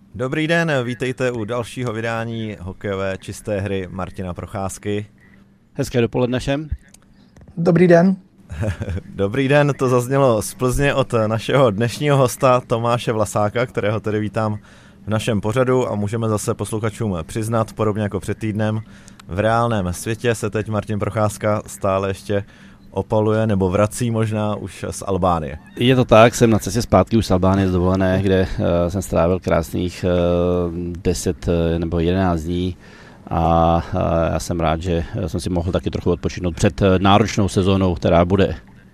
Dobrý den, vítejte u dalšího vydání hokejové čisté hry Martina Procházky. Hezké dopoledne všem. Dobrý den. Dobrý den, to zaznělo z Plzně od našeho dnešního hosta Tomáše Vlasáka, kterého tedy vítám v našem pořadu a můžeme zase posluchačům přiznat, podobně jako před týdnem, v reálném světě se teď Martin Procházka stále ještě opaluje nebo vrací možná už z Albánie. Je to tak, jsem na cestě zpátky už z Albánie z dovolené, kde jsem strávil krásných 10 nebo 11 dní a já jsem rád, že jsem si mohl taky trochu odpočinout před náročnou sezónou, která bude.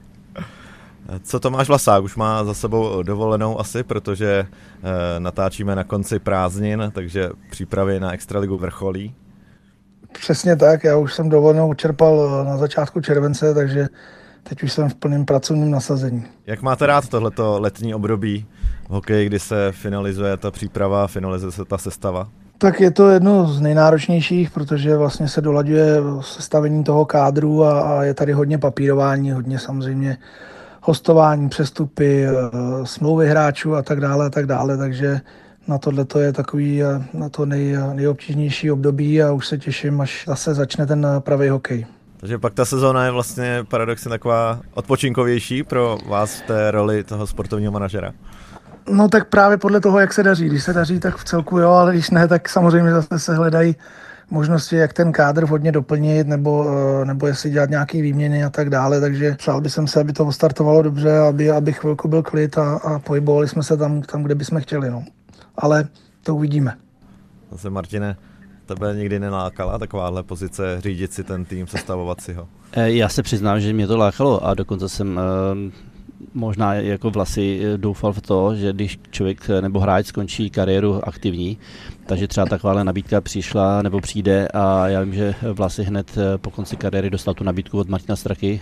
Co Tomáš Vlasák už má za sebou dovolenou asi, protože natáčíme na konci prázdnin, takže přípravy na extraligu vrcholí. Přesně tak, já už jsem dovolenou čerpal na začátku července, takže teď už jsem v plném pracovním nasazení. Jak máte rád tohleto letní období v hokeji, kdy se finalizuje ta příprava, finalizuje se ta sestava? Tak je to jedno z nejnáročnějších, protože vlastně se dolaďuje sestavení toho kádru a je tady hodně papírování, hodně samozřejmě hostování, přestupy, smlouvy hráčů a tak dále, takže na tohleto je takový na to nejobtížnější období a už se těším, až zase začne ten pravý hokej. Takže pak ta sezóna je vlastně paradoxně taková odpočinkovější pro vás v té roli toho sportovního manažera. No tak právě podle toho, jak se daří. Když se daří, tak v celku jo, ale když ne, tak samozřejmě zase se hledají možnosti, jak ten kádr hodně doplnit, nebo jestli dělat nějaké výměny a tak dále. Takže přál bych se, aby to startovalo dobře, aby chvilku byl klid a pohybovali jsme se tam, kde bychom chtěli. No. Ale to uvidíme. Zase Martine, tebe nikdy nelákala takováhle pozice řídit si ten tým, sestavovat si ho? Já se přiznám, že mě to lákalo a dokonce jsem možná jako Vlasy doufal v to, že když člověk nebo hráč skončí kariéru aktivní, takže třeba takováhle nabídka přišla nebo přijde a já vím, že Vlasy hned po konci kariéry dostal tu nabídku od Martina Straky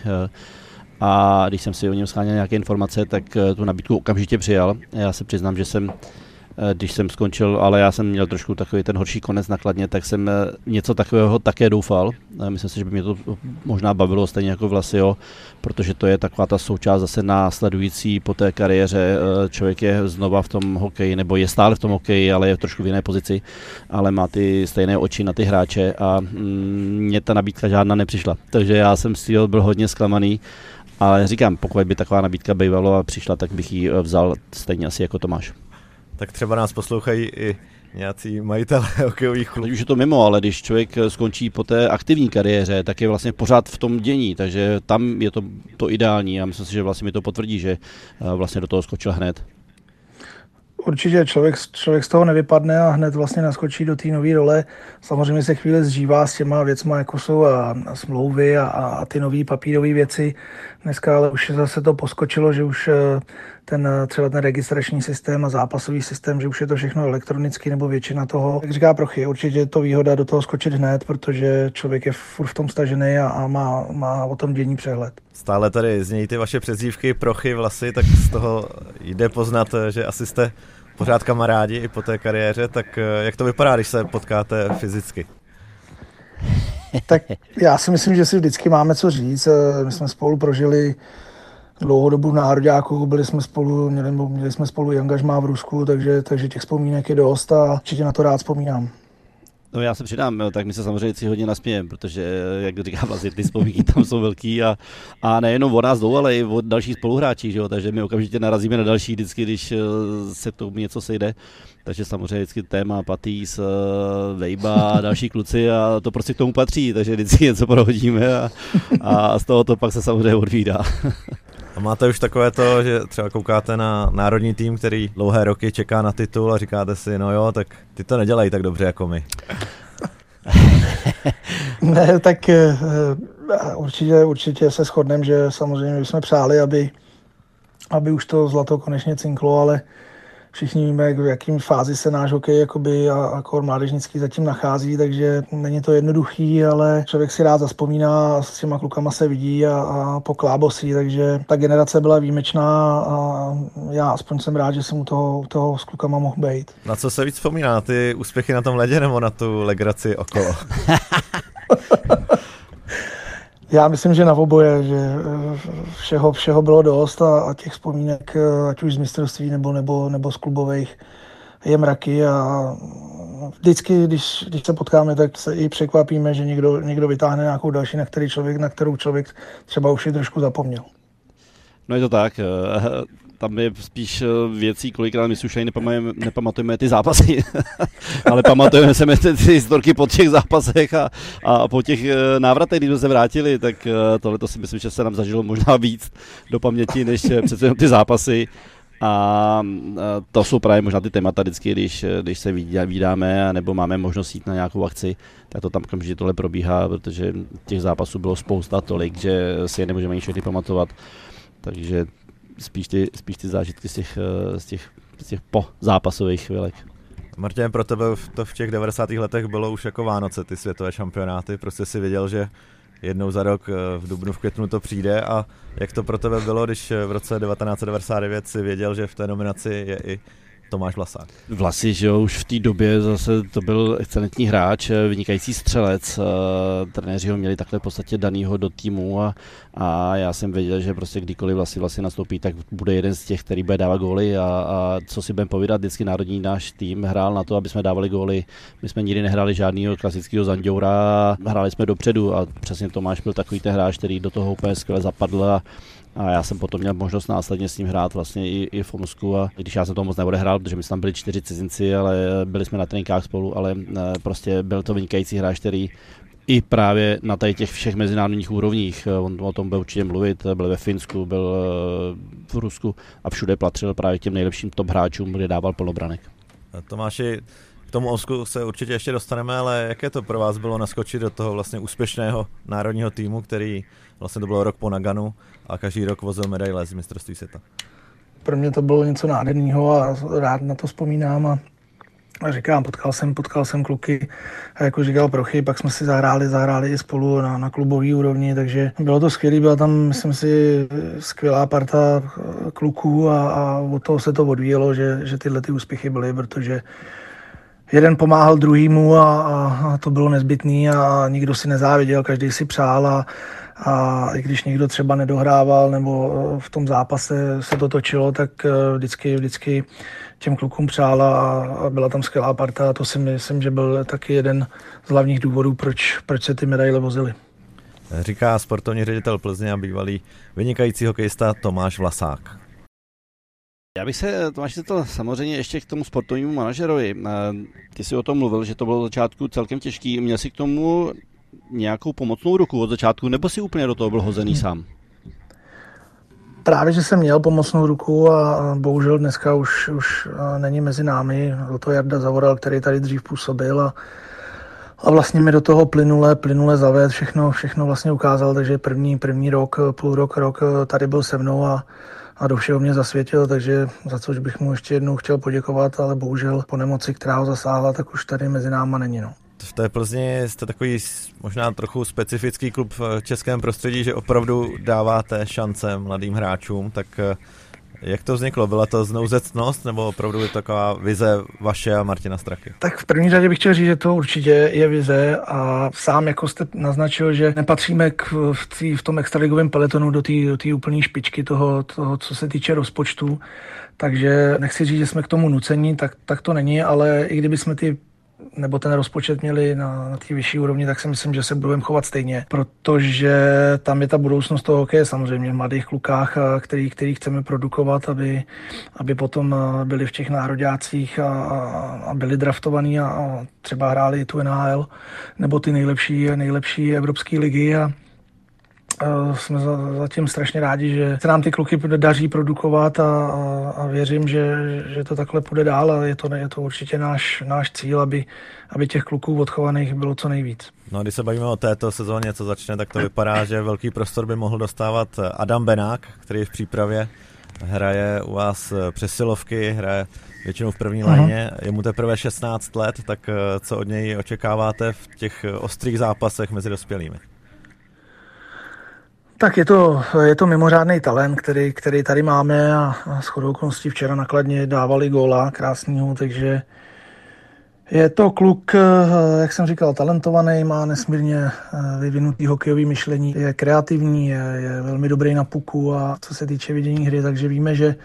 a když jsem si o něm scháněl nějaké informace, tak tu nabídku okamžitě přijal. Já se přiznám, že když jsem skončil, ale já jsem měl trošku takový ten horší konec nakladně, tak jsem něco takového také doufal. Myslím si, že by mě to možná bavilo stejně jako Vlasyho, protože to je taková ta součást zase následující po té kariéře. Člověk je znova v tom hokeji, nebo je stále v tom hokeji, ale je trošku v jiné pozici, ale má ty stejné oči na ty hráče a mně ta nabídka žádná nepřišla. Takže já jsem si byl hodně zklamaný. Ale říkám, pokud by taková nabídka bývala a přišla, tak bych ji vzal stejně asi jako Tomáš. Tak třeba nás poslouchají i nějací majitelé hokejových klubů. Už je to mimo, ale když člověk skončí po té aktivní kariéře, tak je vlastně pořád v tom dění, takže tam je to ideální a myslím si, že vlastně mi to potvrdí, že vlastně do toho skočil hned. Určitě člověk z toho nevypadne a hned vlastně naskočí do té nové role. Samozřejmě se chvíli zžívá s těma věcma, jako jsou a smlouvy a ty nové papírové věci. Dneska ale už zase to poskočilo, že už třeba ten registrační systém a zápasový systém, že už je to všechno elektronicky nebo většina toho. Jak říká Prochy, určitě je to výhoda do toho skočit hned, protože člověk je furt v tom stažený a má o tom dění přehled. Stále tady znějí ty vaše přezdívky Prochy, Vlasy, tak z toho jde poznat, že asi jste pořád kamarádi i po té kariéře, tak jak to vypadá, když se potkáte fyzicky? Tak já si myslím, že si vždycky máme co říct. My jsme spolu prožili dlouhou dobu v nároďáku, měli jsme spolu i angažmá v Rusku, takže těch vzpomínek je dost a určitě na to rád vzpomínám. No já se přidám, tak my se samozřejmě si hodně nasmějeme, protože, jak říká vlastně, ty vzpomínky tam jsou velký a nejenom o nás dvou, ale i o dalších spoluhráčích, že jo? Takže my okamžitě narazíme na další vždycky, když se k tomu něco sejde. Takže samozřejmě vždycky téma Patýs, Vejba a další kluci a to prostě k tomu patří, takže vždycky něco prohodíme a z toho to pak se samozřejmě odvídá. A máte už takové to, že třeba koukáte na národní tým, který dlouhé roky čeká na titul a říkáte si, no jo, tak ty to nedělají tak dobře jako my. Ne, tak určitě se shodneme, že samozřejmě bychom přáli, aby už to zlato konečně cinklo, ale všichni víme, v jakým fázi se náš hokej a mládežnický zatím nachází, takže není to jednoduchý, ale člověk si rád zavzpomíná, s těma klukama se vidí a poklábosí, takže ta generace byla výjimečná a já aspoň jsem rád, že jsem u toho s klukama mohl být. Na co se víc vzpomíná? Na ty úspěchy na tom ledě nebo na tu legraci okolo? Já myslím, že na oboje, že všeho bylo dost a těch vzpomínek, ať už z mistrovství nebo z klubových, je mraky a vždycky, když se potkáme, tak se i překvapíme, že někdo vytáhne nějakou další, na kterou člověk třeba už je trošku zapomněl. No je to tak. Tam je spíš věcí, kolikrát my si už ani nepamatujeme ty zápasy, ale pamatujeme se ty historky po těch zápasech a po těch návratech, když jsme se vrátili, tak tohleto si myslím, že se nám zažilo možná víc do paměti, než přece jenom ty zápasy. A to jsou právě možná ty témata vždycky, když se vídáme nebo máme možnost jít na nějakou akci, tak to tam okamžitě tohle probíhá, protože těch zápasů bylo spousta tolik, že si je nemůžeme ani všechny pamatovat. Takže spíš ty zážitky z těch pozápasových chvílek. Martin, pro tebe to v těch 90. letech bylo už jako Vánoce, ty světové šampionáty, prostě si věděl, že jednou za rok v dubnu, v květnu to přijde a jak to pro tebe bylo, když v roce 1999 si věděl, že v té nominaci je i Tomáš Vlasák? Vlasy, že jo, už v té době zase to byl excelentní hráč, vynikající střelec, trenéři ho měli takhle v podstatě danýho do týmu a já jsem věděl, že prostě kdykoliv Vlasy nastoupí, tak bude jeden z těch, který bude dávat góly a co si budeme povídat, vždycky národní náš tým hrál na to, aby jsme dávali góly. My jsme nikdy nehráli žádného klasického zanděura, hráli jsme dopředu a přesně Tomáš byl takový ten hráč, který do toho úplně skvěle zapadl a já jsem potom měl možnost následně s ním hrát vlastně i v Omsku a když já jsem to moc neodehrál, protože my jsme tam byli 4 cizinci, ale byli jsme na tréninkách spolu, ale prostě byl to vynikající hráč, který i právě na těch všech mezinárodních úrovních, on o tom byl určitě mluvit, byl ve Finsku, byl v Rusku a všude patřil právě těm nejlepším top hráčům, kde dával plnobranek. Tomáši, k tomu Omsku se určitě ještě dostaneme, ale jaké to pro vás bylo naskočit do toho vlastně úspěšného národního týmu, který vlastně to bylo rok po Naganu a každý rok vozil medaile z mistrovství světa? Pro mě to bylo něco nádherného a rád na to vzpomínám a říkám, potkal jsem kluky a jako říkal Prochy, pak jsme si zahráli i spolu na klubové úrovni, takže bylo to skvělé, byla tam, myslím si, skvělá parta kluků a od toho se to odvíjelo, že tyhle ty úspěchy byly, protože jeden pomáhal druhýmu a to bylo nezbytný a nikdo si nezáviděl, každý si přál a i když někdo třeba nedohrával nebo v tom zápase se to točilo, tak vždycky těm klukům přál a byla tam skvělá parta a to si myslím, že byl taky jeden z hlavních důvodů, proč se ty medaile vozily. Říká sportovní ředitel Plzně a bývalý vynikající hokejista Tomáš Vlasák. Já bych se, Tomáš, to samozřejmě ještě k tomu sportovnímu manažerovi. Ty jsi o tom mluvil, že to bylo od začátku celkem těžký. Měl jsi k tomu nějakou pomocnou ruku od začátku, nebo si úplně do toho byl hozený sám? Právě, že jsem měl pomocnou ruku a bohužel dneska už není mezi námi. Byl to Jarda Zavoral, který tady dřív působil a vlastně mi do toho plynule zaved, všechno vlastně ukázal, takže první rok, půl rok tady byl se mnou a do všeho mě zasvětil, takže za což bych mu ještě jednou chtěl poděkovat, ale bohužel po nemoci, která ho zasáhla, tak už tady mezi náma není. No. V té Plzni jste takový možná trochu specifický klub v českém prostředí, že opravdu dáváte šance mladým hráčům, tak jak to vzniklo? Byla to znouzectnost nebo opravdu je taková vize vaše a Martina Strachy? Tak v první řadě bych chtěl říct, že to určitě je vize a sám jako jste naznačil, že nepatříme v tom extraligovém peletonu do té úplné špičky toho, co se týče rozpočtu, takže nechci říct, že jsme k tomu nuceni, tak to není, ale i kdyby jsme ten rozpočet měli na té vyšší úrovni, tak si myslím, že se budeme chovat stejně, protože tam je ta budoucnost toho hokeje samozřejmě v mladých klukách, který chceme produkovat, aby potom byli v těch nároďácích a byli draftovaní a třeba hráli tu NHL nebo ty nejlepší evropské ligy a jsme zatím strašně rádi, že se nám ty kluky daří produkovat a věřím, že to takhle půjde dál a je to určitě náš cíl, aby těch kluků odchovaných bylo co nejvíc. No a když se bavíme o této sezóně, co začne, tak to vypadá, že velký prostor by mohl dostávat Adam Benák, který je v přípravě, hraje u vás přesilovky, hraje většinou v první lajně, je mu teprve 16 let, tak co od něj očekáváte v těch ostrých zápasech mezi dospělými? Tak je to mimořádný talent, který tady máme a shodou okolností včera na Kladně dávali góla krásného, takže je to kluk, jak jsem říkal, talentovaný, má nesmírně vyvinutý hokejový myšlení, je kreativní, je velmi dobrý na puku a co se týče vidění hry, takže víme, že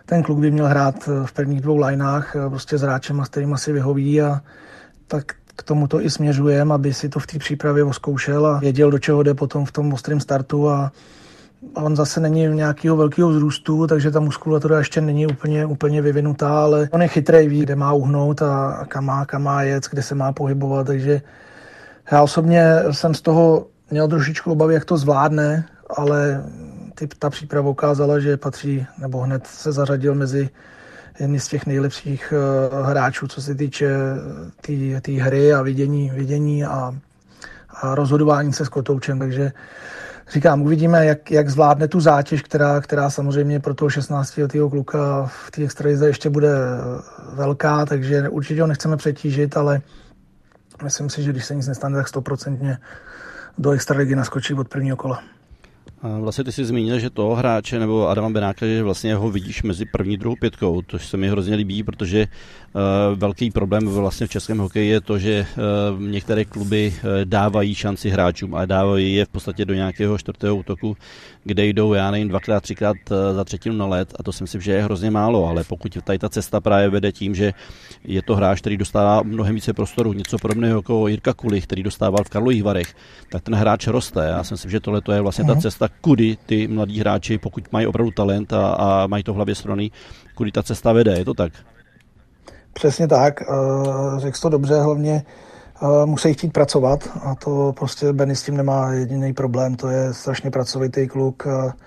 ten kluk by měl hrát v prvních 2 lineách prostě s hráčem, s kterým asi vyhoví, a tak k tomu to i směřujeme, aby si to v té přípravě oskoušel a věděl, do čeho jde potom v tom ostrém startu. A on zase není nějakého velkého vzrůstu, takže ta muskulatura ještě není úplně vyvinutá, ale on je chytrý, ví, kde má uhnout a kam má jet, kde se má pohybovat, takže já osobně jsem z toho měl trošičku obavy, jak to zvládne, ale ta příprava ukázala, že patří, nebo hned se zařadil mezi jedny z těch nejlepších hráčů, co se týče té hry a vidění a rozhodování se s kotoučem, takže říkám, uvidíme, jak zvládne tu zátěž, která samozřejmě pro toho 16letého kluka v té extralize ještě bude velká, takže určitě ho nechceme přetížit, ale myslím si, že když se nic nestane, tak 100% do extraligy naskočí od prvního kola. Vlastně ty jsi zmínil, že toho hráče nebo Adama Benáka, že vlastně ho vidíš mezi první, druhou pětkou, což se mi hrozně líbí, protože velký problém vlastně v českém hokeji je to, že některé kluby dávají šanci hráčům a dávají je v podstatě do nějakého 4. útoku, kde jdou, já nevím, 2x, 3x za třetinu na let, a to si myslím, že je hrozně málo, ale pokud tady ta cesta právě vede tím, že je to hráč, který dostává mnohem více prostoru, něco podobného jako Jirka Kulich, který dostával v Karlových Varech, tak ten hráč roste. Já si myslím, že tohle je vlastně ta cesta, kudy ty mladí hráči, pokud mají opravdu talent a mají to v hlavě strany, kudy ta cesta vede, je to tak? Přesně tak, řekl to dobře, hlavně musí chtít pracovat a to prostě Benny s tím nemá jediný problém, to je strašně pracovitý kluk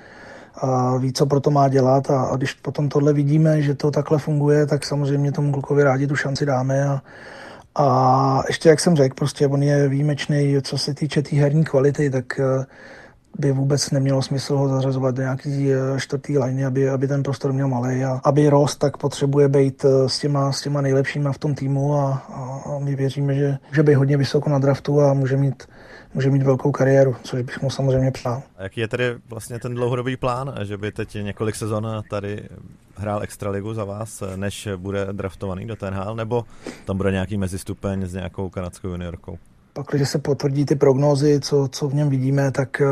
a ví, co pro to má dělat, a když potom tohle vidíme, že to takhle funguje, tak samozřejmě tomu klukovi rádi tu šanci dáme a ještě, jak jsem řekl, prostě on je výjimečný, co se týče té herní kvality, tak by vůbec nemělo smysl ho zařazovat do nějaký 4. liney, aby ten prostor měl malej, a aby rost, tak potřebuje být s těma nejlepšíma v tom týmu a my věříme, že může být hodně vysoko na draftu a může mít velkou kariéru, což bych mu samozřejmě přál. A jaký je tedy vlastně ten dlouhodobý plán, že by teď několik sezon tady hrál extraligu za vás, než bude draftovaný do NHL, nebo tam bude nějaký mezistupeň s nějakou kanadskou juniorkou? Pak, když se potvrdí ty prognózy, co v něm vidíme, tak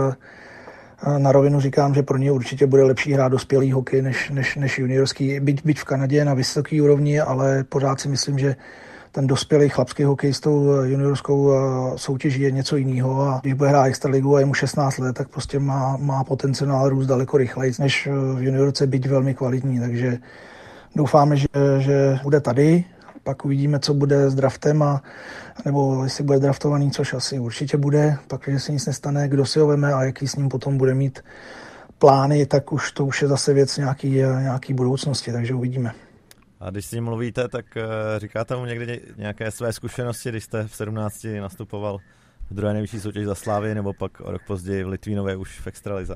na rovinu říkám, že pro něj určitě bude lepší hrát dospělý hokej než juniorský. Byť v Kanadě na vysoké úrovni, ale pořád si myslím, že ten dospělý chlapský hokej s tou juniorskou soutěží je něco jiného, a když bude hrát extraligu a je mu 16 let, tak prostě má potenciál růst daleko rychleji než v juniorce, byť velmi kvalitní. Takže doufáme, že bude tady. Pak uvidíme, co bude s draftem, nebo jestli bude draftovaný, což asi určitě bude. Pak, když se nic nestane, kdo si ho veme a jaký s ním potom bude mít plány, tak to už je zase věc nějaký budoucnosti, takže uvidíme. A když s ním mluvíte, tak říkáte mu někdy nějaké své zkušenosti, když jste v 17 nastupoval v druhé nejvyšší soutěži za Slávy, nebo pak o rok později v Litvínově už v extralize?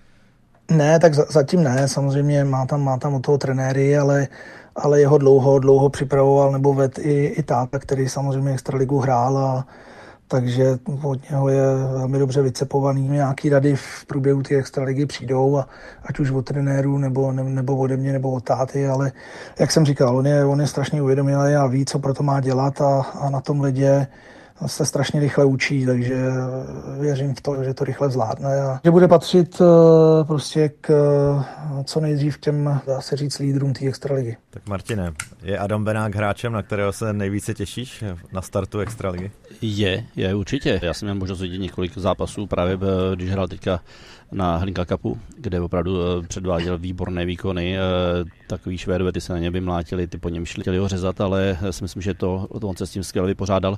Ne, tak zatím ne, samozřejmě má tam od toho trenéry, ale jeho dlouho připravoval nebo ved i táta, který samozřejmě extraligu hrál, takže od něho je velmi dobře vycepovaný. Nějaký rady v průběhu té extraligy přijdou, a ať už od trenérů nebo ode mě nebo od táty, ale jak jsem říkal, on je strašně uvědomilý a ví, co pro to má dělat, a na tom ledě se strašně rychle učí, takže věřím v to, že to rychle zvládne a že bude patřit prostě k co nejdřív těm, dá se říct, lídrům té extraligy. Tak Martine, je Adam Benák hráčem, na kterého se nejvíce těšíš na startu extraligy? Je určitě. Já jsem měl možnost vidět několik zápasů, právě když hrál teďka na Hlinka Cupu, kde opravdu předváděl výborné výkony. Takový Švédové, ty se na ně by mlátili, ty po něm chtěli ho řezat, ale já si myslím, že on se s tím skvěle vypořádal.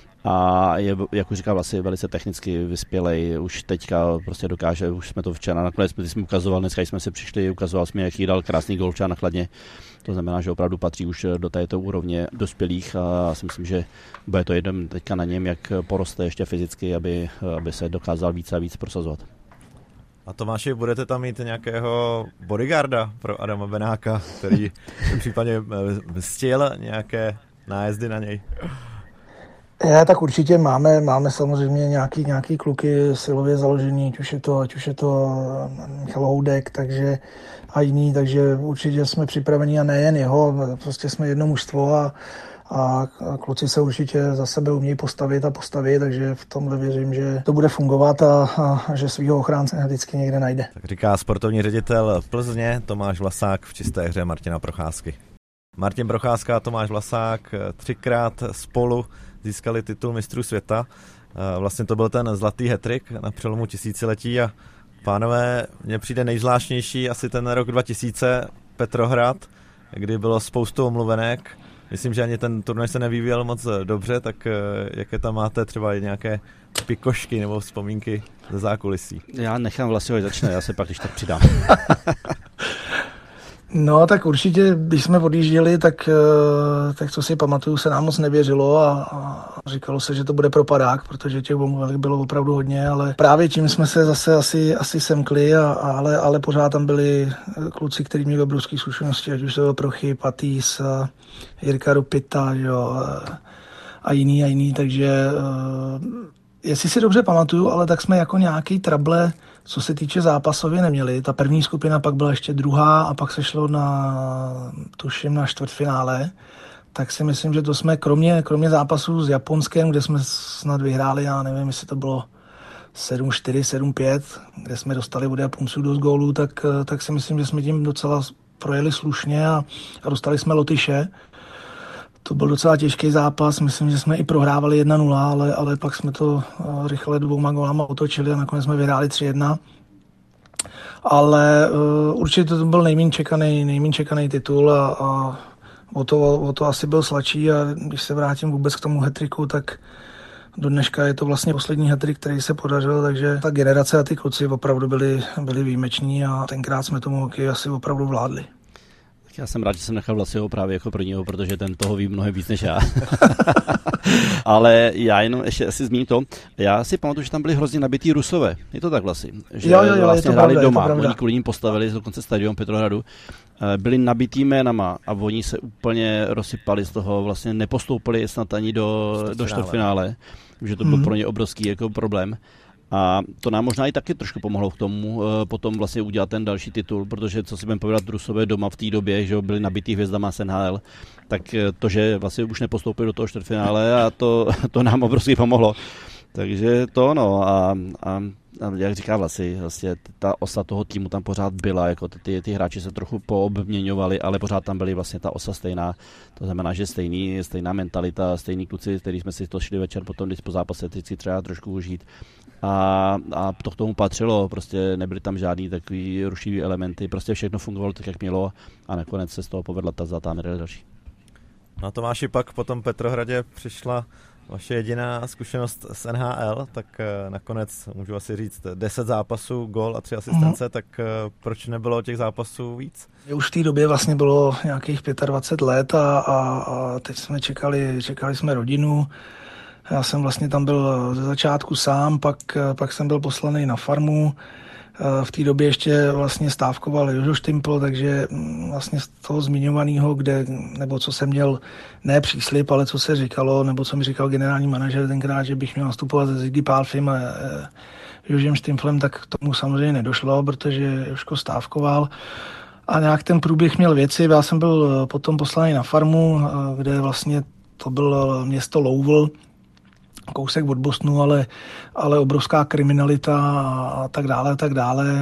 A je, jak už říkal, vlastně velice technicky vyspělej, už teďka prostě dokáže, už jsme to včera nakonec jsme ukazoval, dneska jsme si přišli, ukazoval jsme, jaký dal krásný gól včera na Chladně. To znamená, že opravdu patří už do této úrovně dospělých a já si myslím, že bude to jedem teďka na něm, jak poroste ještě fyzicky, aby se dokázal víc a víc prosazovat. A Tomáši, budete tam mít nějakého bodyguarda pro Adama Benáka, který případně stihl nějaké nájezdy na něj? Tak určitě máme samozřejmě nějaký kluky silově založený, ať už je to Michal Houdek, takže a jiný, takže určitě jsme připraveni a nejen jeho, prostě jsme jedno mužstvo a a kluci se určitě za sebe umějí postavit, takže v tomhle věřím, že to bude fungovat a že svýho ochránce vždycky někde najde. Tak říká sportovní ředitel Plzně Tomáš Vlasák v čisté hře Martina Procházky. Martin Procházka a Tomáš Vlasák 3krát spolu získali titul mistrů světa. Vlastně to byl ten zlatý hat-trick na přelomu tisíciletí a pánové, mně přijde nejzvláštnější asi ten rok 2000 Petrohrad, kdy bylo spoustu omluvenek. Myslím, že ani ten turnaj se nevyvíjel moc dobře, tak jaké tam máte třeba nějaké pikošky nebo vzpomínky ze zákulisí? Já nechám Vlasiho, začne, já se pak když tak přidám. No, tak určitě, když jsme odjížděli, tak co si pamatuju, se nám moc nevěřilo a říkalo se, že to bude propadák, protože těch omluvenek bylo opravdu hodně, ale právě tím jsme se zase asi semkli, ale pořád tam byli kluci, kteří měli obrovské zkušenosti, ať už to byl Prochy, Patýs, Jirka Rupita, jo, a jiný, takže jestli si dobře pamatuju, ale tak jsme jako nějaký trable, co se týče zápasově, neměli. Ta první skupina pak byla ještě druhá a pak se šlo tuším na čtvrtfinále. Tak si myslím, že to jsme kromě zápasů s Japonskem, kde jsme snad vyhráli, já nevím, jestli to bylo 7-4, 7-5, kde jsme dostali od Japonců dost gólů, tak si myslím, že jsme tím docela projeli slušně a dostali jsme Lotyše. To byl docela těžký zápas, myslím, že jsme i prohrávali 1-0, ale pak jsme to rychle 2 gólama otočili a nakonec jsme vyhráli 3-1. Ale určitě to byl nejméně čekaný titul a o to asi byl sladší a když se vrátím vůbec k tomu hat-tricku, tak do dneška je to vlastně poslední hat-trick, který se podařil, takže ta generace a ty kluci opravdu byli výjimeční a tenkrát jsme tomu hokej asi opravdu vládli. Já jsem rád, že jsem nechal Vlasiho právě jako prvního, protože ten toho ví mnohem víc než já. Ale já jenom ještě asi zmíním to. Já si pamatuju, že tam byli hrozně nabitý Rusové. Je to tak vlastně? Že jo, vlastně hráli doma. Oni kvůli ním postavili dokonce stadion Petrohradu. Byli nabitý jménama a oni se úplně rozsypali z toho. Vlastně nepostoupili snad ani do čtvrtfinále. Že to byl pro ně obrovský jako problém. A to nám možná i taky trošku pomohlo k tomu potom vlastně udělat ten další titul, protože co si budeme povědat, Rusové doma v té době, že byli nabitý hvězdama z NHL, tak to, že vlastně už nepostoupili do toho čtvrtfinále a to nám obrovsky pomohlo. Takže to a jak říká vlastně ta osa toho týmu tam pořád byla, jako ty hráči se trochu poobměňovali, ale pořád tam byly vlastně ta osa stejná, to znamená, že stejná mentalita, stejný kluci, který jsme si to šli večer potom, když po zápase vždycky třeba trošku užít. A to k tomu patřilo, prostě nebyly tam žádný takový rušivý elementy, prostě všechno fungovalo tak, jak mělo a nakonec se z toho povedla ta zlatá medaile další. No Tomáši, pak po tom Petrohradě přišla vaše jediná zkušenost z NHL, tak nakonec můžu asi říct 10 zápasů, gól a 3 asistence, tak proč nebylo těch zápasů víc? Už v té době vlastně bylo nějakých 25 let a teď jsme čekali jsme rodinu. Já jsem vlastně tam byl ze začátku sám, pak jsem byl poslaný na farmu. V té době ještě vlastně stávkoval Jožo Štimpl, takže vlastně z toho zmiňovaného, nebo co jsem měl, ne příslib, ale co se říkalo, nebo co mi říkal generální manažer tenkrát, že bych měl nastupovat se Ziggy Pálfim a Jožem Štimplem, tak k tomu samozřejmě nedošlo, protože Jožko stávkoval. A nějak ten průběh měl věci. Já jsem byl potom poslaný na farmu, kde vlastně to bylo město Louisville, kousek od Bostonu, ale obrovská kriminalita a tak dále.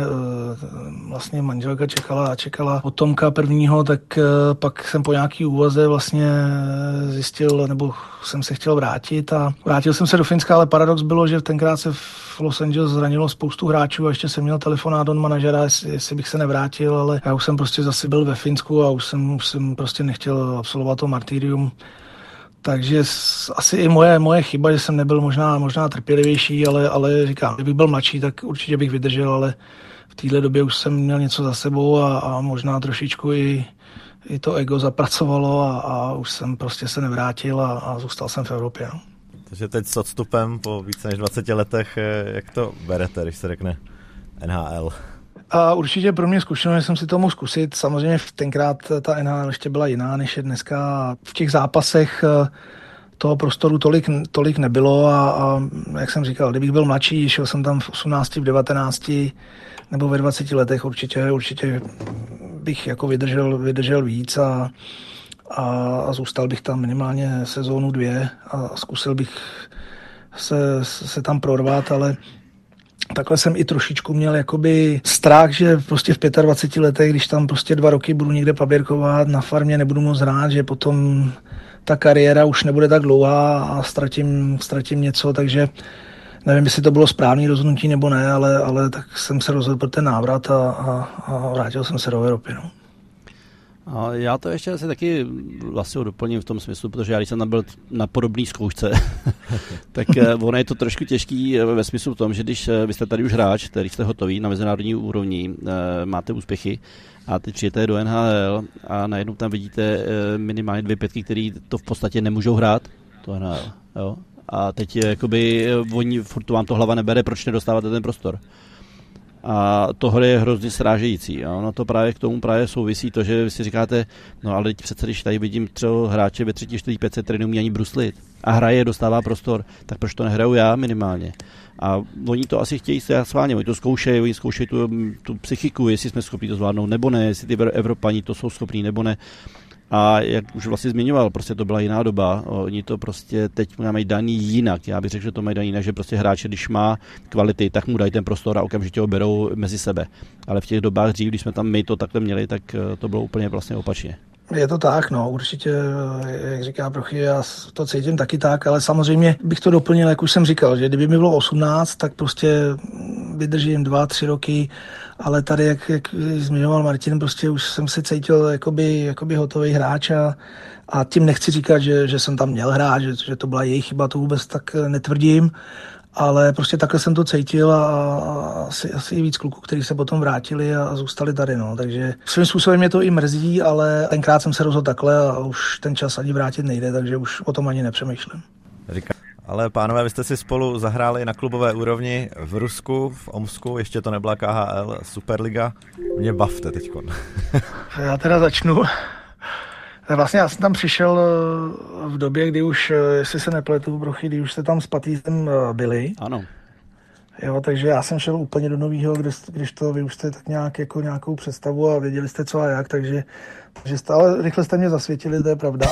Vlastně manželka čekala potomka prvního, tak pak jsem po nějaký úvaze vlastně zjistil, nebo jsem se chtěl vrátit a vrátil jsem se do Finska, ale paradox bylo, že tenkrát se v Los Angeles zranilo spoustu hráčů a ještě jsem měl telefonát od manažera, jestli bych se nevrátil, ale já už jsem prostě zase byl ve Finsku a už jsem prostě nechtěl absolvovat to martyrium. Takže asi i moje chyba, že jsem nebyl možná trpělivější, ale říkám, kdybych byl mladší, tak určitě bych vydržel, ale v téhle době už jsem měl něco za sebou a možná trošičku i to ego zapracovalo a už jsem prostě se nevrátil a zůstal jsem v Evropě. No. Takže teď s odstupem po více než 20 letech, jak to berete, když se řekne NHL? A určitě pro mě zkušenost, že jsem si to mohl zkusit. Samozřejmě tenkrát ta NHL ještě byla jiná, než je dneska. V těch zápasech toho prostoru tolik nebylo a jak jsem říkal, kdybych byl mladší, šel jsem tam v 18, v 19 nebo ve 20 letech, určitě bych jako vydržel víc a zůstal bych tam minimálně sezónu 2 a zkusil bych se tam prorvat, ale takhle jsem i trošičku měl jakoby strach, že prostě v 25 letech, když tam prostě 2 roky budu někde paběrkovat, na farmě nebudu moc hrát, že potom ta kariéra už nebude tak dlouhá a ztratím něco, takže nevím, jestli to bylo správné rozhodnutí nebo ne, ale tak jsem se rozhodl pro ten návrat a vrátil jsem se do Evropy. No. A já to ještě asi taky vlastně doplním v tom smyslu, protože já když jsem tam byl na podobné zkoušce, tak ono je to trošku těžký ve smyslu v tom, že když vy jste tady už hráč, který jste hotový na mezinárodní úrovni, máte úspěchy a teď přijete do NHL a najednou tam vidíte minimálně 2 pětky, který to v podstatě nemůžou hrát, to NHL, jo. A teď jakoby furt vám to hlava nebere, proč nedostáváte ten prostor. A tohle je hrozně srážející. A ono to právě k tomu právě souvisí to, že vy si říkáte, no ale teď přece, když tady vidím třeba hráče ve 3., 4., 5, který neumí ani bruslit a hraje, dostává prostor, tak proč to nehraju já minimálně? A oni to asi chtějí schválně, oni to zkoušejí, oni zkoušejí tu psychiku, jestli jsme schopni to zvládnout nebo ne, jestli ty Evropani to jsou schopní nebo ne. A jak už vlastně zmiňoval, prostě to byla jiná doba. Oni to prostě teď mají daný jinak. Já bych řekl, že to mají daný jinak, že prostě hráče, když má kvality, tak mu dají ten prostor a okamžitě ho berou mezi sebe. Ale v těch dobách dřív, když jsme tam my to takhle měli, tak to bylo úplně vlastně opačně. Je to tak, no, určitě, jak říká Prochy, já to cítím taky tak, ale samozřejmě bych to doplnil, jak už jsem říkal, že kdyby mi bylo 18, tak prostě vydržím 2-3 roky, ale tady, jak zmiňoval Martin, prostě už jsem si cítil jakoby hotový hráč a tím nechci říkat, že jsem tam měl hrát, že to byla jejich chyba, to vůbec tak netvrdím, ale prostě takhle jsem to cítil a asi i víc kluků, kteří se potom vrátili a zůstali tady, no. Takže svým způsobem mě to i mrzí, ale tenkrát jsem se rozhodl takhle a už ten čas ani vrátit nejde, takže už o tom ani nepřemýšlím. Ale pánové, vy jste si spolu zahráli na klubové úrovni v Rusku, v Omsku, ještě to nebyla KHL, Superliga. Mě bavte teďkon. Já teda začnu. Vlastně já jsem tam přišel v době, kdy už, jestli se nepletu, Brochy, kdy už jste tam s Patýsem byli. Ano. Jo, takže já jsem šel úplně do nového, když to vy už jste tak nějak jako nějakou představu a věděli jste co a jak, takže stále rychle jste mě zasvětili, to je pravda.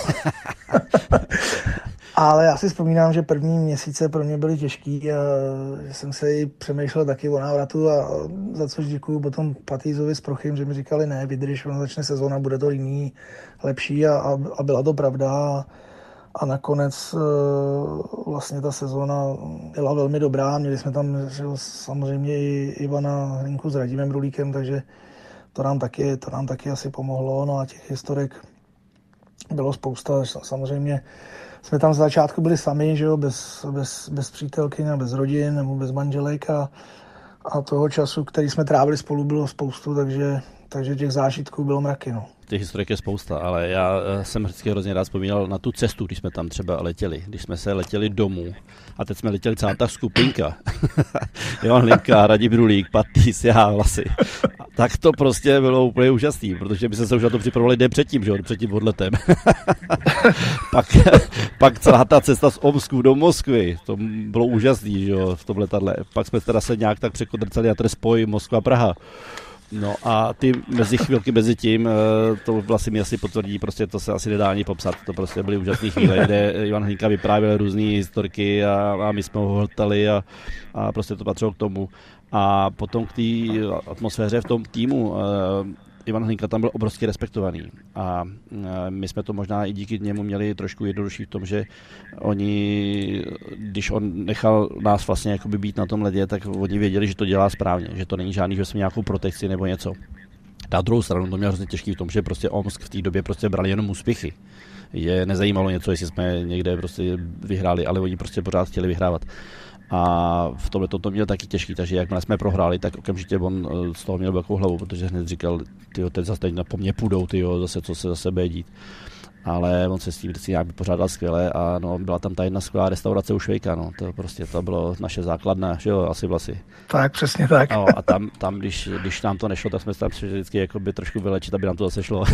Ale já si vzpomínám, že první měsíce pro mě byly těžký a že jsem se i přemýšlel taky o návratu a za což děkuju potom Patýzovi s Prochym, že mi říkali ne, vydrž, ono začne sezóna, bude to jiný, lepší a byla to pravda a nakonec vlastně ta sezóna byla velmi dobrá, měli jsme tam samozřejmě i Ivana Hlinku s Radimem Rulíkem, takže to nám taky asi pomohlo, no a těch historek bylo spousta, samozřejmě jsme tam z začátku byli sami, že jo, bez přítelkyň a bez rodin nebo bez manželek a toho času, který jsme trávili spolu, bylo spoustu, takže těch zážitků bylo mraky, no. Těch historik je spousta, ale já jsem vždycky hrozně rád vzpomínal na tu cestu, když jsme tam třeba letěli. Když jsme se letěli domů a teď jsme letěli celá ta skupinka. Ivan Hlinka, Radim Rulík, Patýs, já vlastně. Tak to prostě bylo úplně úžasný, protože my jsme se už na to připravovali den předtím, že jo, před tím odletem. pak celá ta cesta z Omsku do Moskvy, to bylo úžasný, že jo, v tom letadle. Pak jsme teda se nějak tak překodrcali na ten spoj Moskva-Praha. No a ty chvilky mezi tím, to vlastně mi asi potvrdí, prostě to se asi nedá ani popsat, to prostě byly úžasné chvíle, kde Ivan Hlinka vyprávěl různé historky a my jsme ho hltali a prostě to patřilo k tomu. A potom k té atmosféře v tom týmu, Ivan Hlinka tam byl obrovsky respektovaný a my jsme to možná i díky němu měli trošku jednodušší v tom, že oni, když on nechal nás vlastně jakoby být na tom ledě, tak oni věděli, že to dělá správně, že to není žádný, že jsme nějakou protekci nebo něco. Na druhou stranu to měl hrozně těžký v tom, že prostě Omsk v té době prostě brali jenom úspěchy. Je nezajímalo něco, jestli jsme někde prostě vyhráli, ale oni prostě pořád chtěli vyhrávat. A v tomhle to měl taky těžký, takže jakmile jsme prohráli, tak okamžitě on z toho měl velkou hlavu, protože hned říkal, tyjo, teď zase po mně půjdou, tyjo, zase co se zase bude dít. Ale on se s tím vždycky nějak vypořádal skvěle a no, byla tam ta jedna skvělá restaurace u Švejka, no, to bylo naše základna, že jo, asi vlasy. Tak, přesně tak. No, a tam když nám to nešlo, tak jsme se tam vždycky jakoby trošku vylečit, aby nám to zase šlo.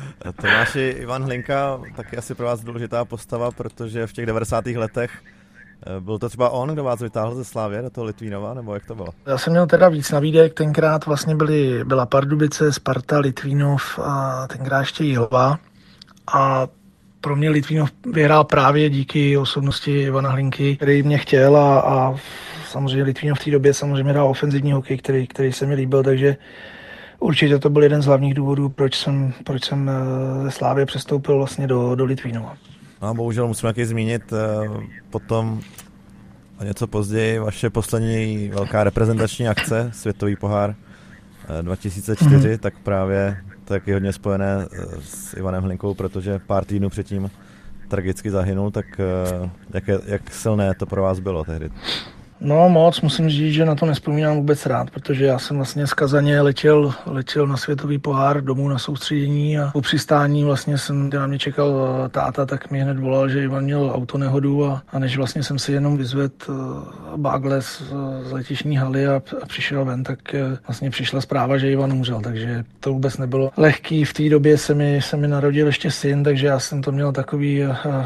Tomáši, Ivan Hlinka taky asi pro vás důležitá postava, protože v těch 90. letech Byl to třeba on, kdo vás vytáhl ze Slávie do toho Litvínova, nebo jak to bylo? Já jsem měl teda víc nabídek, tenkrát vlastně byla Pardubice, Sparta, Litvínov a tenkrát ještě Jihlavy. A pro mě Litvínov vyhrál právě díky osobnosti Ivana Hlinky, který mě chtěl a samozřejmě Litvínov v té době samozřejmě hrál ofenzivní hokej, který se mi líbil, takže určitě to byl jeden z hlavních důvodů, proč jsem ze Slávie přestoupil vlastně do Litvínova. No a bohužel musím taky zmínit potom a něco později vaše poslední velká reprezentační akce, Světový pohár 2004, tak právě taky hodně spojené s Ivanem Hlinkou, protože pár týdnů předtím tragicky zahynul, tak jak silné to pro vás bylo tehdy? No moc, musím říct, že na to nespomínám vůbec rád, protože já jsem vlastně z Kazaně letěl na Světový pohár domů na soustředění a po přistání vlastně kde na mě čekal táta, tak mi hned volal, že Ivan měl autonehodu a než vlastně jsem si jenom vyzvedl bágle z letištní haly a přišel ven, tak vlastně přišla zpráva, že Ivan umřel, takže to vůbec nebylo lehký. V té době se mi narodil ještě syn, takže já jsem to měl takový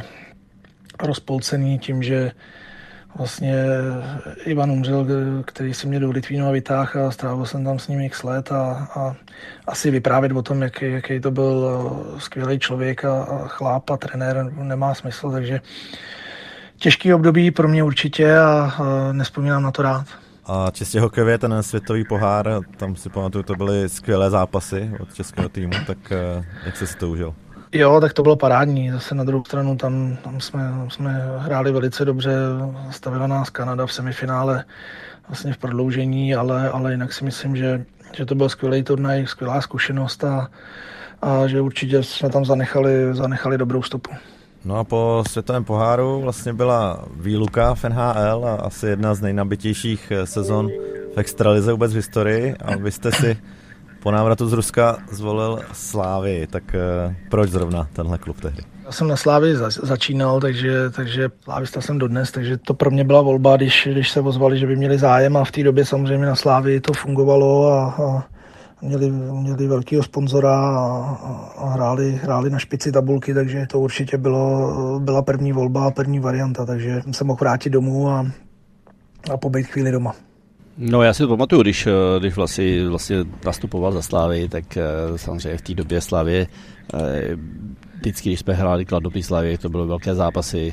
rozpolcený tím, že vlastně Ivan umřel, který si mě do Litvínova vytáhl a strávil jsem tam s ním x let a asi vyprávět o tom, jaký to byl skvělý člověk a chlap a trenér nemá smysl, takže těžký období pro mě určitě a nespomínám na to rád. A čistě hokejově ten Světový pohár, tam si pamatuju, to byly skvělé zápasy od českého týmu, tak jak jsi si to užil? Jo, tak to bylo parádní. Zase na druhou stranu tam jsme hráli velice dobře. Stavila nás Kanada v semifinále, vlastně v prodloužení, ale jinak si myslím, že to byl skvělý turnaj, skvělá zkušenost a že určitě jsme tam zanechali dobrou stopu. No a po Světovém poháru vlastně byla výluka v NHL a asi jedna z nejnabitějších sezon v extralize vůbec v historii a vy jste si po návratu z Ruska zvolil Slávii, tak proč zrovna tenhle klub tehdy? Já jsem na Slávii začínal, takže slávista jsem dodnes, takže to pro mě byla volba, když se ozvali, že by měli zájem a v té době samozřejmě na Slávii to fungovalo a měli velkýho sponzora a hráli na špici tabulky, takže to určitě byla první volba a první varianta, takže jsem se mohl vrátit domů a pobejt chvíli doma. No já si to pamatuju, když vlastně nastupoval za Slávy, tak samozřejmě v té době Slávy vždycky, když jsme hráli Kladno proti Slávy, to byly velké zápasy,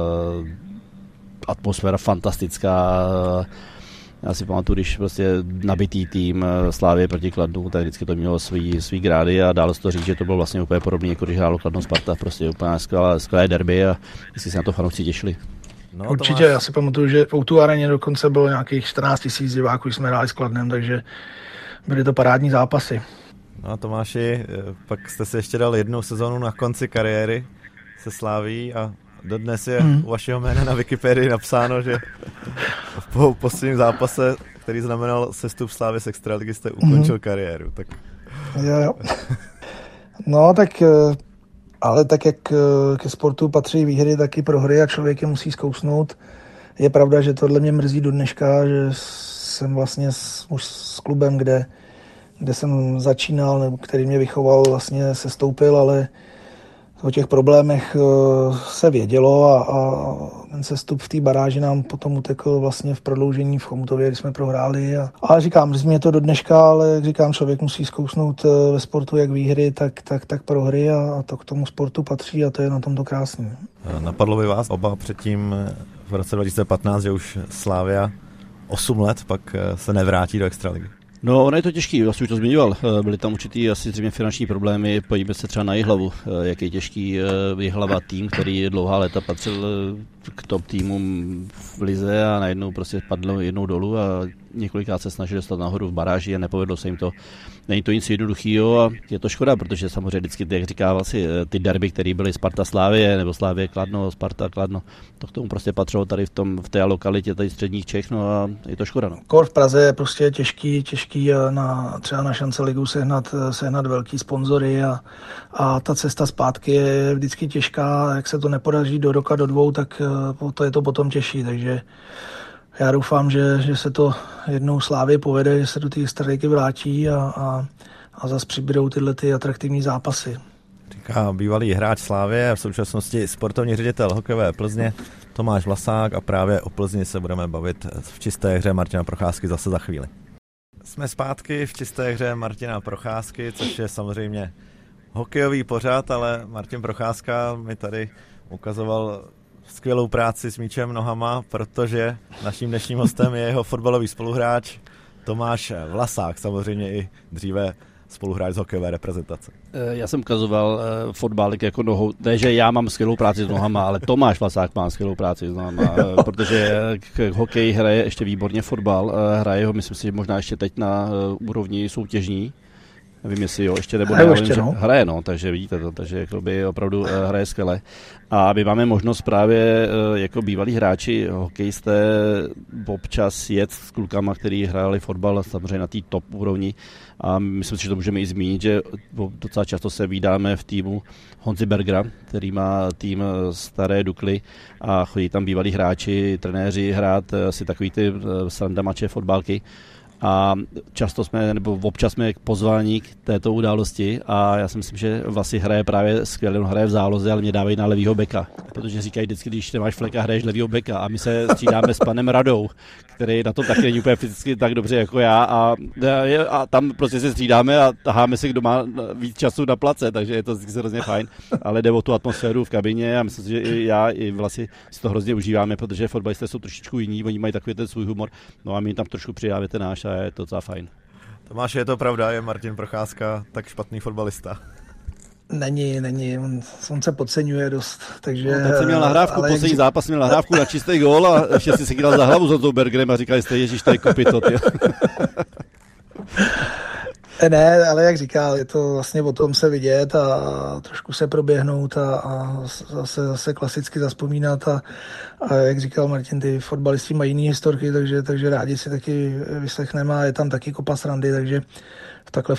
atmosféra fantastická. Já si pamatuju, když prostě nabitý tým Slávy proti Kladnu, tak vždycky to mělo svý grády a dalo se to říct, že to bylo vlastně úplně podobné, jako když hrálo Kladno Sparta, prostě úplně skvělé derby a vždycky se na to fanoušci těšili. No, určitě, já si pamatuju, že v O2 areně dokonce bylo nějakých 14 000 diváků, když jsme hráli s Kladnem, takže byly to parádní zápasy. No a Tomáši, pak jste si ještě dal jednu sezonu na konci kariéry se Slaví a dodnes je u vašeho jména na Wikipedii napsáno, že po posledním zápase, který znamenal sestup Slávy z extraligy, jste ukončil kariéru. Tak... Jo. No tak... Ale tak, jak ke sportu patří výhry, tak i prohry a člověk je musí zkousnout. Je pravda, že tohle mě mrzí do dneška, že jsem vlastně už s klubem, kde jsem začínal, nebo který mě vychoval, vlastně sestoupil, ale o těch problémech se vědělo a ten sestup v té baráži nám potom utekl vlastně v prodloužení v Chomutově, kdy jsme prohráli. Ale říkám, mrzí mě to do dneška, ale jak říkám, člověk musí zkousnout ve sportu jak výhry, tak prohry a to k tomu sportu patří a to je na tom to krásný. Napadlo by vás oba předtím v roce 2015, že už Slavia 8 let pak se nevrátí do extraligy? No, ono je to těžký, vlastně už to zmiňoval. Byly tam určitý asi zřejmě finanční problémy, pojďme se třeba na Jihlavu. Jak je těžký Jihlava tým, který dlouhá léta patřil k top týmům v lize a najednou prostě padl jednou dolů a několikrát se snažili dostat nahoru v baráži a nepovedlo se jim to. Není to nic jednoduchého a je to škoda, protože samozřejmě vždycky, jak říkával si, ty derby, které byly Sparta Slávie nebo Slávie Kladno, Sparta Kladno, to k tomu prostě patřilo tady v té lokalitě tady středních Čech, no a je to škoda. No. Kor v Praze je prostě těžký třeba na šance ligu sehnat velký sponzory a ta cesta zpátky je vždycky těžká, jak se to nepodaří do roka, do dvou, tak to je to potom těžší, takže já doufám, že se to jednou Slávy povede, že se do té extraligy vrátí a zase přibydou tyhle ty atraktivní zápasy. A bývalý hráč Slávie, v současnosti sportovní ředitel hokejové Plzně Tomáš Vlasák a právě o Plzni se budeme bavit v čisté hře Martina Procházky zase za chvíli. Jsme zpátky v čisté hře Martina Procházky, což je samozřejmě hokejový pořad, ale Martin Procházka mi tady ukazoval skvělou práci s míčem nohama, protože naším dnešním hostem je jeho fotbalový spoluhráč Tomáš Vlasák, samozřejmě i dříve spoluhráč z hokejové reprezentace. Já jsem ukazoval fotbal jako nohou, ne, že já mám skvělou práci s nohama, ale Tomáš Vlasák má skvělou práci s nohama, protože hokej hraje ještě výborně fotbal, hraje ho, myslím si, že možná ještě teď na úrovni soutěžní. Nevím, jestli jo, ještě nebo ne, hraje, no, takže vidíte to, takže jakoby opravdu hraje skvěle. A my máme možnost právě jako bývalí hráči, hokejisté, občas jet s klukama, který hráli fotbal samozřejmě na té top úrovni. A myslím si, že to můžeme i zmínit, že docela často se vídáme v týmu Honzi Bergera, který má tým Staré Dukly a chodí tam bývalí hráči, trenéři hrát si takový ty sranda mače, fotbalky. A často jsme, nebo občas jsme pozváni k této události a já si myslím, že vlastně hraje právě skvěle, hraje v záloze, ale mě dávají na levýho beka, protože říkají vždycky, když nemáš fleka, hraješ levýho beka a my se střídáme s panem Radou, který na to taky není úplně fyzicky tak dobře jako já a tam prostě se střídáme a taháme si, kdo má víc času na place, takže je to vždycky hrozně fajn, ale jde o tu atmosféru v kabině a myslím si, že i já i vlastně si to hrozně užíváme, protože fotbalisté jsou trošičku jiní, oni mají takový ten svůj humor, no a my tam trošku přidáme ten náš a je to docela fajn. Tomáš, je to pravda, je Martin Procházka tak špatný fotbalista? Není, on se podceňuje dost, takže... No, teď jsem měl nahrávku, poslední zápas měl nahrávku na čistý gól a ještě si se chytal za hlavu s Honzou Bergerem a říkali jste, ježiš, tady kopyto, ty. Ne, ale jak říkal, je to vlastně o tom se vidět a trošku se proběhnout a zase klasicky zavzpomínat a jak říkal Martin, ty fotbalisti mají jiný historky, takže rádi si taky vyslechneme a je tam taky kopa srandy, takže takhle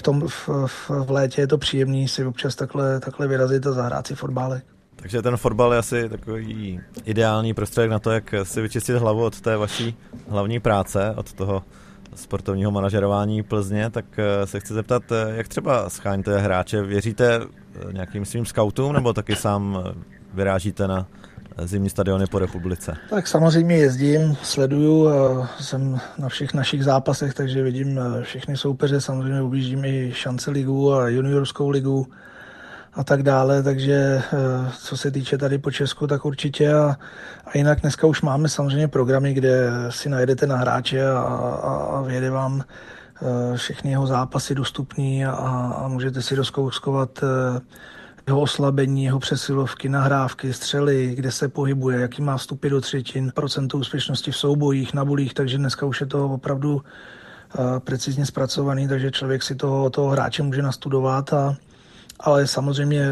v létě je to příjemný si občas takhle vyrazit a zahrát si fotbálek. Takže ten fotbal je asi takový ideální prostředek na to, jak si vyčistit hlavu od té vaší hlavní práce, od toho sportovního manažerování Plzně, tak se chci zeptat, jak třeba scháníte hráče? Věříte nějakým svým skautům nebo taky sám vyrážíte na zimní stadiony po republice? Tak samozřejmě jezdím, sleduju, jsem na všech našich zápasech, takže vidím všechny soupeře, samozřejmě objíždím i šance ligu a juniorskou ligu a tak dále, takže co se týče tady po Česku, tak určitě a jinak dneska už máme samozřejmě programy, kde si najedete na hráče a vyjede vám všechny jeho zápasy dostupný a můžete si rozkouskovat jeho oslabení, jeho přesilovky, nahrávky, střely, kde se pohybuje, jaký má vstupy do třetin, procento úspěšnosti v soubojích, na bulích, takže dneska už je to opravdu precizně zpracovaný, takže člověk si toho hráče může nastudovat ale samozřejmě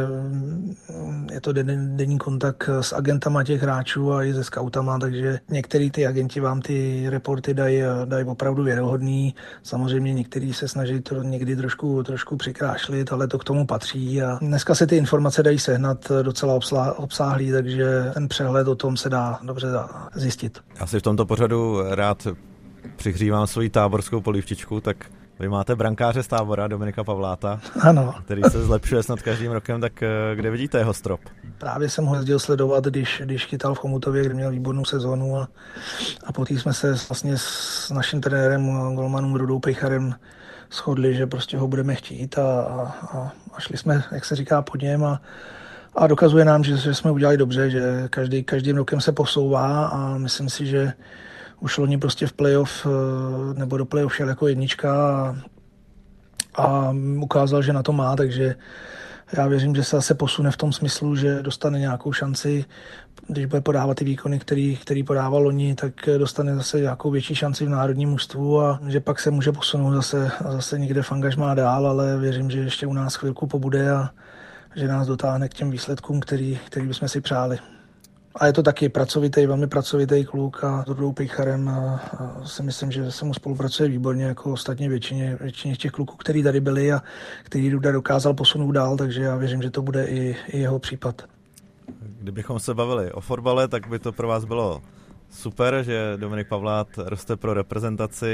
je to denní kontakt s agentama těch hráčů a i se skautama, takže některý ty agenti vám ty reporty dají opravdu věrohodný. Samozřejmě některý se snaží to někdy trošku přikrášlit, ale to k tomu patří a dneska se ty informace dají sehnat docela obsáhlý, takže ten přehled o tom se dá dobře zjistit. Já si v tomto pořadu rád přihřívám svoji táborskou polívčičku, tak vy máte brankáře z Tábora, Dominika Pavláta, ano, který se zlepšuje snad každým rokem, tak kde vidíte jeho strop? Právě jsem ho jezdil sledovat, když chytal v Chomutově, kde měl výbornou sezónu a poté jsme se vlastně s naším trenérem, golmanem Rudou Pejcharem shodli, že prostě ho budeme chtít a šli jsme, jak se říká, pod něm a dokazuje nám, že jsme udělali dobře, že každým rokem se posouvá a myslím si, že už loni prostě v playoff nebo do playoff šel jako jednička a ukázal, že na to má, takže já věřím, že se zase posune v tom smyslu, že dostane nějakou šanci, když bude podávat ty výkony, který podával loni, tak dostane zase nějakou větší šanci v národním mužstvu a že pak se může posunout zase někde v angažmá dál, ale věřím, že ještě u nás chvilku pobude a že nás dotáhne k těm výsledkům, který bychom si přáli. A je to taky velmi pracovitý kluk a s Rudou Pejcharem si myslím, že se mu spolupracuje výborně jako ostatně většině těch kluků, který tady byli a který Ruda dokázal posunout dál, takže já věřím, že to bude i jeho případ. Kdybychom se bavili o fotbale, tak by to pro vás bylo super, že Dominik Pavlát roste pro reprezentaci.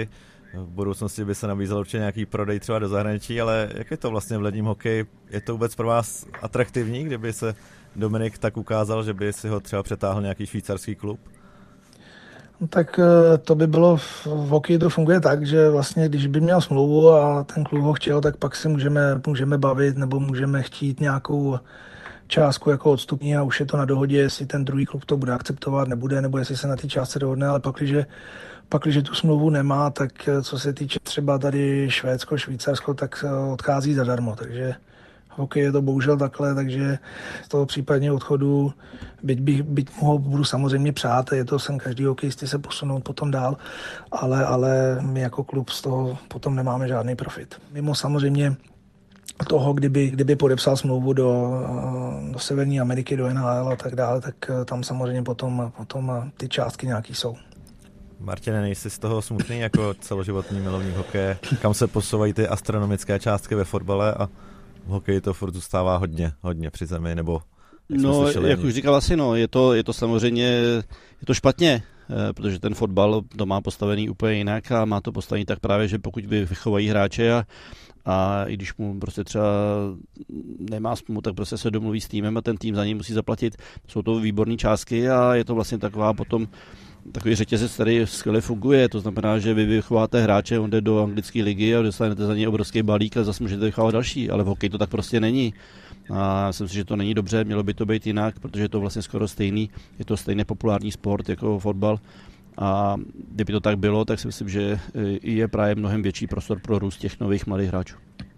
v budoucnosti by se nabízel určitě nějaký prodej třeba do zahraničí, ale jak je to vlastně v ledním hokeji? Je to vůbec pro vás atraktivní, kdyby se Dominik tak ukázal, že by si ho třeba přetáhl nějaký švýcarský klub? No tak to by bylo, v hokeji to funguje tak, že vlastně když by měl smlouvu a ten klub ho chtěl, tak pak si můžeme bavit nebo můžeme chtít nějakou částku jako odstupní a už je to na dohodě, jestli ten druhý klub to bude akceptovat, nebude, nebo jestli se na té částce dohodne, ale pakliže tu smlouvu nemá, tak co se týče třeba tady Švédsko, Švýcarsko, tak odchází zadarmo, takže hokej je to bohužel takhle, takže z toho případně odchodu, byť mu ho budu samozřejmě přát, je to sen každý hokejisty se posunout potom dál, ale my jako klub z toho potom nemáme žádný profit. Mimo samozřejmě toho, kdyby podepsal smlouvu do Severní Ameriky, do NHL a tak dále, tak tam samozřejmě potom ty částky nějaký jsou. Martine, nejsi z toho smutný jako celoživotní milovník hokeje? Kam se posouvají ty astronomické částky ve fotbale a v hokeji to furt zůstává hodně při zemi, nebo no, jak už říkal asi, no, je to samozřejmě, je to špatně, protože ten fotbal to má postavený úplně jinak a má to postavený tak právě, že pokud vychovají hráče a i když mu prostě třeba nemá smlouvu, tak prostě se domluví s týmem a ten tým za něj musí zaplatit. Jsou to výborné částky a je to vlastně taková potom takový řetězec, který skvěle funguje. To znamená, že vy vychováte hráče, on jde do anglické ligy a dostanete za něj obrovský balík a zase můžete vychovávat další, ale v hokeji to tak prostě není. A myslím si, že to není dobře, mělo by to být jinak, protože je to vlastně skoro stejný, je to stejně populární sport jako fotbal. A kdyby to tak bylo, tak si myslím, že je právě mnohem větší prostor pro růst těch nových mladých hráčů.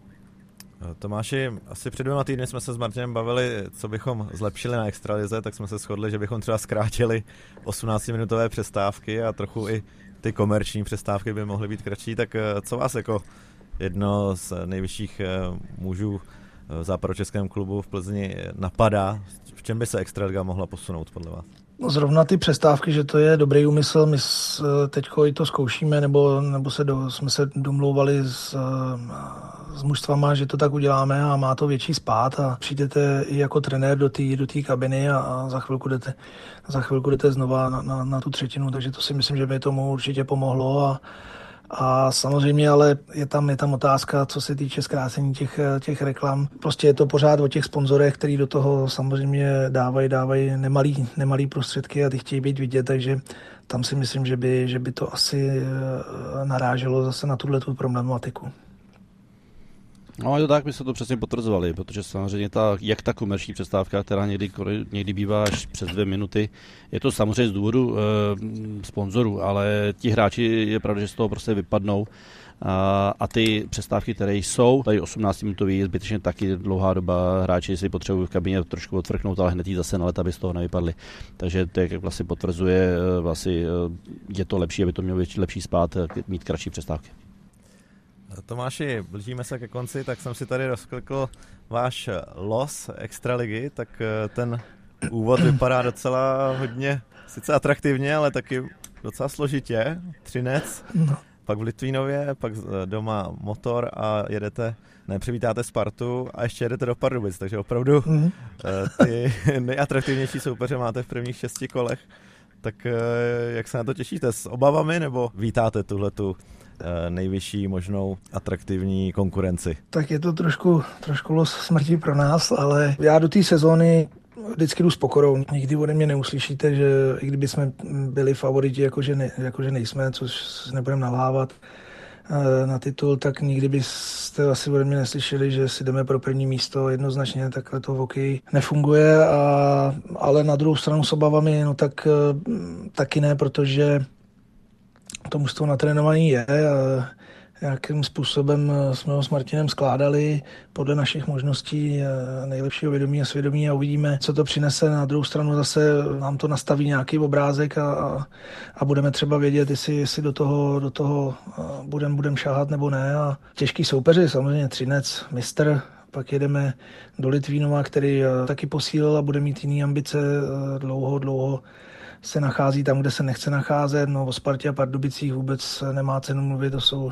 Tomáši, asi před 2 týdny jsme se s Martinem bavili, co bychom zlepšili na extralize, tak jsme se shodli, že bychom třeba zkrátili 18-minutové přestávky a trochu i ty komerční přestávky by mohly být kratší. Tak co vás jako jedno z nejvyšších mužů v západočeském klubu v Plzni napadá? V čem by se extraliga mohla posunout podle vás? No zrovna ty přestávky, že to je dobrý úmysl, my teďko i to zkoušíme, nebo jsme se domlouvali s mužstvama, že to tak uděláme a má to větší spád a přijdete i jako trenér do té kabiny a za chvilku jdete znova na tu třetinu, takže to si myslím, že by tomu určitě pomohlo a samozřejmě, ale je tam otázka, co se týče zkrácení těch reklam. Prostě je to pořád o těch sponzorech, který do toho samozřejmě dávají nemalý prostředky a ty chtějí být vidět, takže tam si myslím, že by to asi naráželo zase na tuhletu problematiku. No je to tak, my se to přesně potvrzovali, protože samozřejmě jak ta komerční přestávka, která někdy bývá až přes 2 minuty, je to samozřejmě z důvodu sponzorů, ale ti hráči je pravda, že z toho prostě vypadnou a ty přestávky, které jsou, tady 18-minutový, zbytečně taky dlouhá doba, hráči si potřebují v kabině trošku odfrknout, ale hned jí zase na let, aby z toho nevypadli. Takže to jak vlastně potvrzuje, vlastně je to lepší, aby to mělo lepší spád, mít kratší přestávky. Tomáši, blížíme se ke konci, tak jsem si tady rozklikl váš los extraligy, tak ten úvod vypadá docela hodně, sice atraktivně, ale taky docela složitě. Třinec, pak v Litvínově, pak doma Motor a přivítáte Spartu a ještě jedete do Pardubic, takže opravdu ty nejatraktivnější soupeře máte v prvních 6 kolech. Tak jak se na to těšíte? S obavami nebo vítáte tuhletu nejvyšší možnou atraktivní konkurenci? Tak je to trošku los smrti pro nás, ale já do té sezóny vždycky jdu s pokorou. Nikdy ode mě neuslyšíte, že i kdyby jsme byli favoriti, jakože nejsme, což nebudeme nalhávat na titul, tak nikdy byste asi ode mě neslyšeli, že si jdeme pro první místo. Jednoznačně takhle to v hokeji nefunguje, ale na druhou stranu s obavami, no tak taky ne, protože to mužstvo natrénovaný je. Jakým způsobem jsme ho s Martinem skládali podle našich možností nejlepšího vědomí a svědomí a uvidíme, co to přinese. Na druhou stranu zase nám to nastaví nějaký obrázek a budeme třeba vědět, jestli do toho budeme šáhat nebo ne. A těžký soupeři, samozřejmě Třinec, mistr, pak jedeme do Litvínova, který taky posílil a bude mít jiný ambice dlouho se nachází tam, kde se nechce nacházet. No, o Spartě a Pardubicích vůbec nemá cenu mluvit, to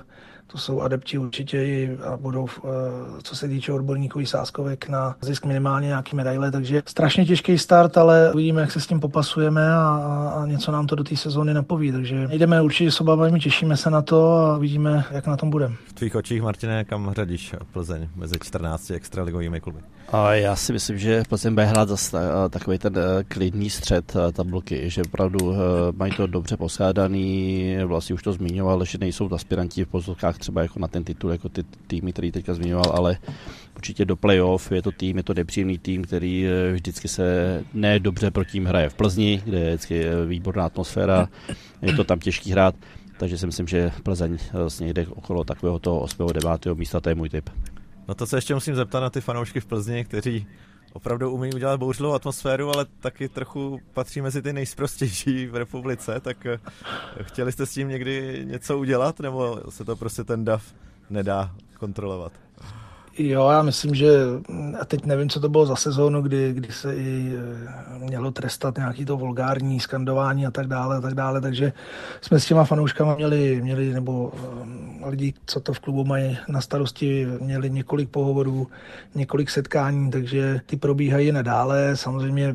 to jsou adepti určitě a budou, co se týče odborníkových sázkovek, na zisk minimálně nějaký medaile, takže strašně těžký start, ale uvidíme, jak se s tím popasujeme a něco nám to do té sezóny napoví, takže jdeme určitě s obavami, těšíme se na to a vidíme, jak na tom budeme. V tvých očích, Martine, kam řadíš Plzeň mezi 14 extraligovými kluby? A já si myslím, že Plzeň bude hrát zase takový ten klidný střed tabulky, že opravdu mají to dobře poskládaný, vlastně už to zmiňoval, že nejsou aspiranti v pozorkách třeba jako na ten titul, jako ty týmy, který teďka zmiňoval, ale určitě do playoff je to nepříjemný tým, který vždycky se nedobře proti tím hraje v Plzni, kde je vždycky výborná atmosféra, je to tam těžký hrát, takže si myslím, že Plzeň vlastně jde okolo takového toho 8. 9. místa, to je můj tip. No to se ještě musím zeptat na ty fanoušky v Plzni, kteří opravdu umí udělat bouřlivou atmosféru, ale taky trochu patří mezi ty nejsprostější v republice, tak chtěli jste s tím někdy něco udělat, nebo se to prostě ten dav nedá kontrolovat? Jo, já myslím, že a teď nevím, co to bylo za sezónu, kdy se i mělo trestat nějaký to vulgární skandování a tak dále, takže jsme s těma fanouškama měli nebo lidi, co to v klubu mají na starosti, měli několik pohovorů, několik setkání, takže ty probíhají nadále, samozřejmě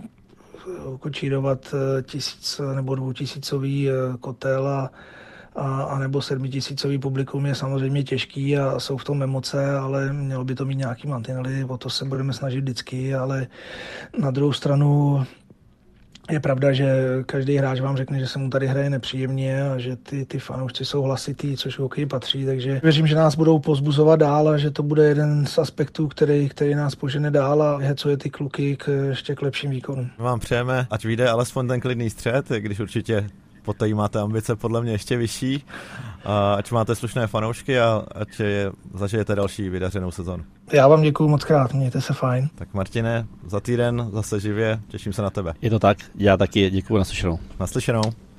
kočírovat 1000 nebo 2000 kotel a nebo 7000 publikum je samozřejmě těžký a jsou v tom emoce, ale mělo by to mít nějaký mantinely, o to se budeme snažit vždycky, ale na druhou stranu je pravda, že každý hráč vám řekne, že se mu tady hraje nepříjemně a že ty fanoušci jsou hlasitý, což hokej patří, takže věřím, že nás budou povzbuzovat dál a že to bude jeden z aspektů, který nás požene dál a hecuje ty kluky ještě k lepším výkonům. Vám přejeme, ať vyjde alespoň ten klidný střed, když určitě poté máte ambice podle mě ještě vyšší, ať máte slušné fanoušky a ať zažijete další vydařenou sezonu. Já vám děkuju moc krát, mějte se fajn. Tak Martine, za týden zase živě, těším se na tebe. Je to tak, já taky děkuju, naslyšenou. Naslyšenou.